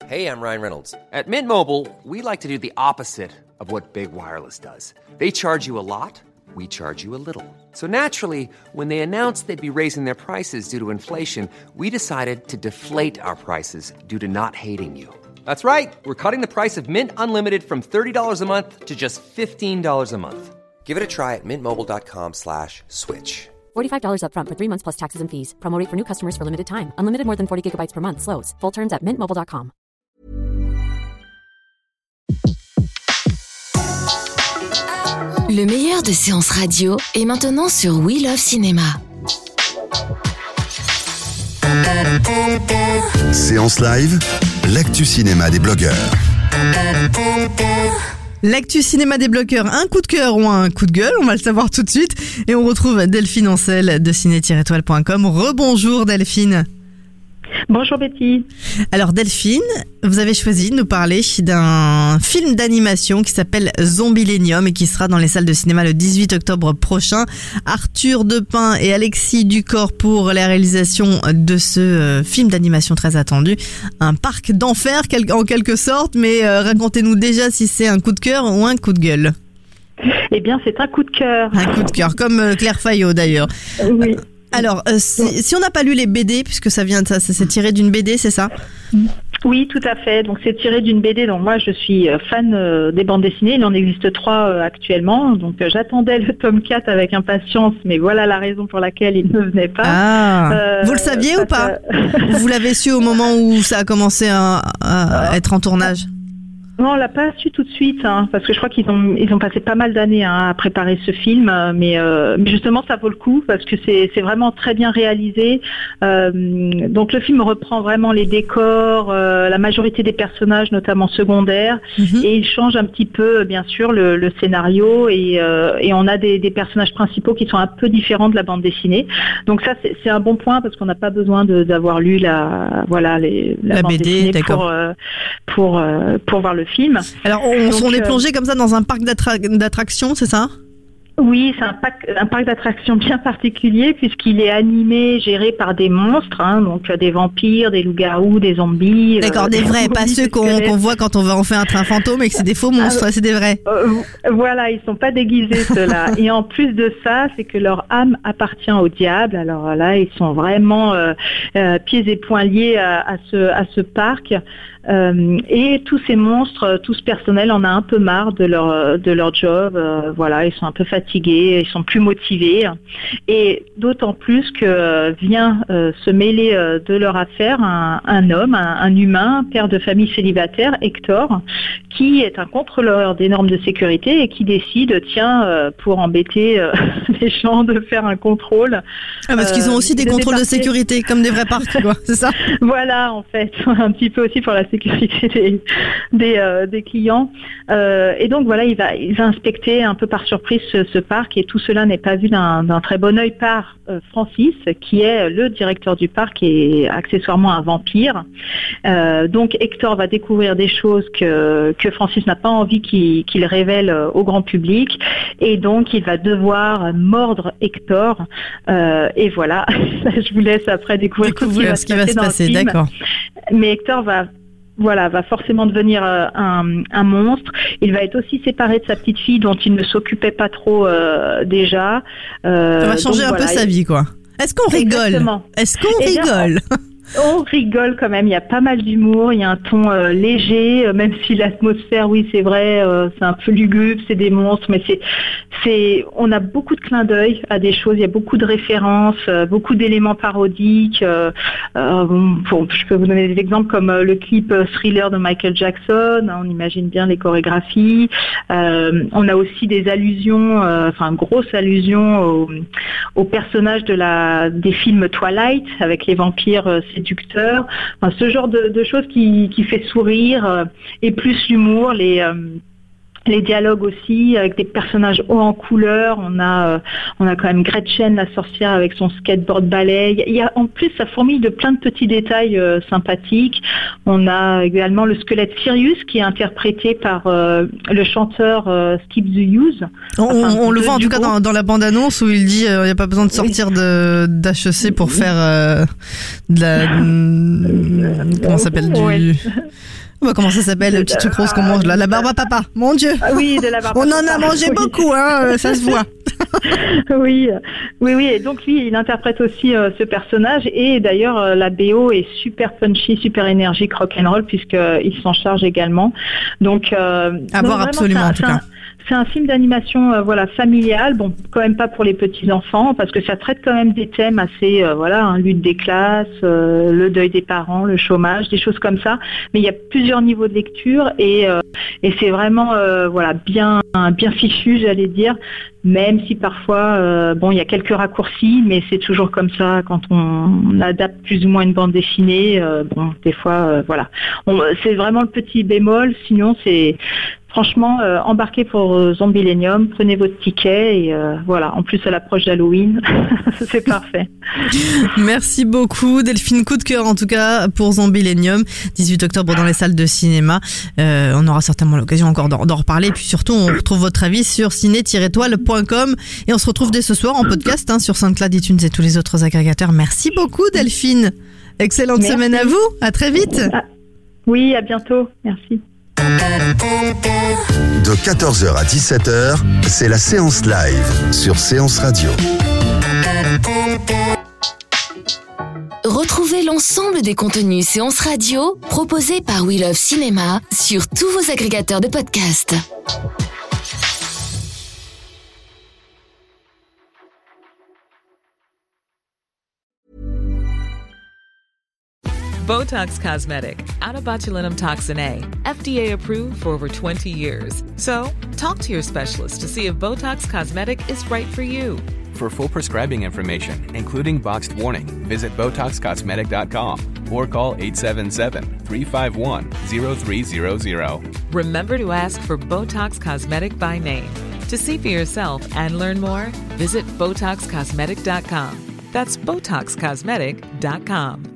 Hey, I'm Ryan Reynolds. At Mint Mobile, we like to do the opposite of what Big Wireless does. They charge you a lot, we charge you a little. So naturally, when they announced they'd be raising their prices due to inflation, we decided to deflate our prices due to not hating you. That's right. We're cutting the price of Mint Unlimited from $30 a month to just $15 a month. Give it a try at mintmobile.com/switch. $45 up front for 3 months plus taxes and fees. Promo rate for new customers for limited time. Unlimited more than 40 gigabytes per month. Slows full terms at mintmobile.com. Le meilleur de séances radio est maintenant sur We Love Cinéma. Séance live, l'actu cinéma des blogueurs. L'actu cinéma des blogueurs, un coup de cœur ou un coup de gueule, on va le savoir tout de suite. Et on retrouve Delphine Ancel de ciné-étoile.com. Rebonjour Delphine. Bonjour Betty. Alors Delphine, vous avez choisi de nous parler d'un film d'animation qui s'appelle Zombilenium et qui sera dans les salles de cinéma le 18 octobre prochain. Arthur Depin et Alexis Ducor pour la réalisation de ce film d'animation très attendu. Un parc d'enfer en quelque sorte, mais racontez-nous déjà si c'est un coup de cœur ou un coup de gueule. Eh bien c'est un coup de cœur. Un coup de cœur, comme Claire Fayot d'ailleurs. Oui. Alors, si on n'a pas lu les BD, puisque ça c'est tiré d'une BD, c'est ça ? Oui, tout à fait. Donc c'est tiré d'une BD. Donc moi, je suis fan des bandes dessinées. Il en existe 3 actuellement. Donc j'attendais le tome 4 avec impatience, mais voilà la raison pour laquelle il ne venait pas. Ah. Vous le saviez ou pas ? Vous l'avez su au moment où ça a commencé à être en tournage ? Non, on l'a pas su tout de suite, parce que je crois qu'ils ont passé pas mal d'années à préparer ce film, mais justement ça vaut le coup parce que c'est vraiment très bien réalisé. Donc le film reprend vraiment les décors, la majorité des personnages, notamment secondaires, et il change un petit peu, bien sûr, le scénario et on a des personnages principaux qui sont un peu différents de la bande dessinée. Donc ça c'est un bon point parce qu'on n'a pas besoin d'avoir lu la bande BD, dessinée d'accord. pour voir le film. Alors on est plongé comme ça dans un parc d'attractions, c'est ça ? Oui, c'est un parc d'attractions bien particulier puisqu'il est animé, géré par des monstres, donc des vampires, des loups-garous, des zombies. D'accord, des vrais, pas ceux qu'on voit quand on fait un train fantôme et que c'est des faux monstres, c'est des vrais. Voilà, ils sont pas déguisés ceux-là. Et en plus de ça, c'est que leur âme appartient au diable. Alors là, ils sont vraiment pieds et poings liés à ce parc. Et tous ces monstres, tout ce personnel en a un peu marre de leur job. Voilà, ils sont un peu fatigués, ils sont plus motivés. Et d'autant plus que vient se mêler de leur affaire un homme, un humain, père de famille célibataire, Hector, qui est un contrôleur des normes de sécurité et qui décide, pour embêter les gens, de faire un contrôle. Ah, parce qu'ils ont aussi des contrôles de sécurité, comme des vrais parcs, quoi, c'est ça ? Voilà, en fait, un petit peu aussi pour la sécurité des clients. Et donc voilà, il va inspecter un peu par surprise ce parc, et tout cela n'est pas vu d'un très bon œil par Francis, qui est le directeur du parc et accessoirement un vampire. Donc Hector va découvrir des choses que Francis n'a pas envie qu'il révèle au grand public, et donc il va devoir mordre Hector. Et voilà, je vous laisse après découvrir ce qui va se passer dans le film. D'accord. Mais Hector va forcément devenir un monstre. Il va être aussi séparé de sa petite fille dont il ne s'occupait pas trop déjà. Ça va changer un peu sa vie, quoi. Est-ce qu'on rigole ? Exactement. Est-ce qu'on rigole ? On rigole quand même, il y a pas mal d'humour, il y a un ton léger, même si l'atmosphère, oui c'est vrai, c'est un peu lugubre, c'est des monstres, mais on a beaucoup de clins d'œil à des choses, il y a beaucoup de références, beaucoup d'éléments parodiques. Je peux vous donner des exemples comme le clip Thriller de Michael Jackson, on imagine bien les chorégraphies. On a aussi des allusions, grosses allusions aux personnages des films Twilight avec les vampires séducteurs, ce genre de choses qui fait sourire, et plus l'humour, Les dialogues aussi, avec des personnages hauts en couleur. On a quand même Gretchen, la sorcière, avec son skateboard ballet. Il y a en plus, ça fourmille de plein de petits détails sympathiques. On a également le squelette Sirius, qui est interprété par le chanteur Skip the Use. On le voit en tout cas dans la bande-annonce où il dit il n'y a pas besoin de sortir d'HEC pour faire de la... comment ça s'appelle comment ça s'appelle, le petit truc rose qu'on mange là, la barbe à papa, mon Dieu. Oui, de la barbe. On en a mangé beaucoup, ça se voit. Oui. Et donc lui, il interprète aussi ce personnage. Et d'ailleurs, la BO est super punchy, super énergique, rock'n'roll, puisqu'il s'en charge également. Donc, à voir absolument en tout cas. C'est un film d'animation familial, bon, quand même pas pour les petits enfants, parce que ça traite quand même des thèmes assez lutte des classes, le deuil des parents, le chômage, des choses comme ça. Mais il y a plusieurs niveaux de lecture et c'est vraiment bien fichu, j'allais dire. Même si parfois, il y a quelques raccourcis, mais c'est toujours comme ça quand on adapte plus ou moins une bande dessinée. Des fois, c'est vraiment le petit bémol. Sinon, c'est franchement embarquez pour Zombillenium, prenez votre ticket et En plus, à l'approche d'Halloween, c'est parfait. Merci beaucoup, Delphine. Coup de cœur en tout cas pour Zombillenium, 18 octobre dans les salles de cinéma. On aura certainement l'occasion encore d'en reparler. Et puis surtout, on retrouve votre avis sur ciné-toile.com et on se retrouve dès ce soir en podcast sur SoundCloud, iTunes et tous les autres agrégateurs. Merci beaucoup, Delphine. Excellente semaine à vous. À très vite. Oui, à bientôt. Merci. De 14h à 17h, c'est la séance live sur Séance Radio. Retrouvez l'ensemble des contenus Séance Radio proposés par We Love Cinéma sur tous vos agrégateurs de podcasts. Botox Cosmetic, out of botulinum toxin A, FDA approved for over 20 years. So, talk to your specialist to see if Botox Cosmetic is right for you. For full prescribing information, including boxed warning, visit BotoxCosmetic.com or call 877-351-0300. Remember to ask for Botox Cosmetic by name. To see for yourself and learn more, visit BotoxCosmetic.com. That's BotoxCosmetic.com.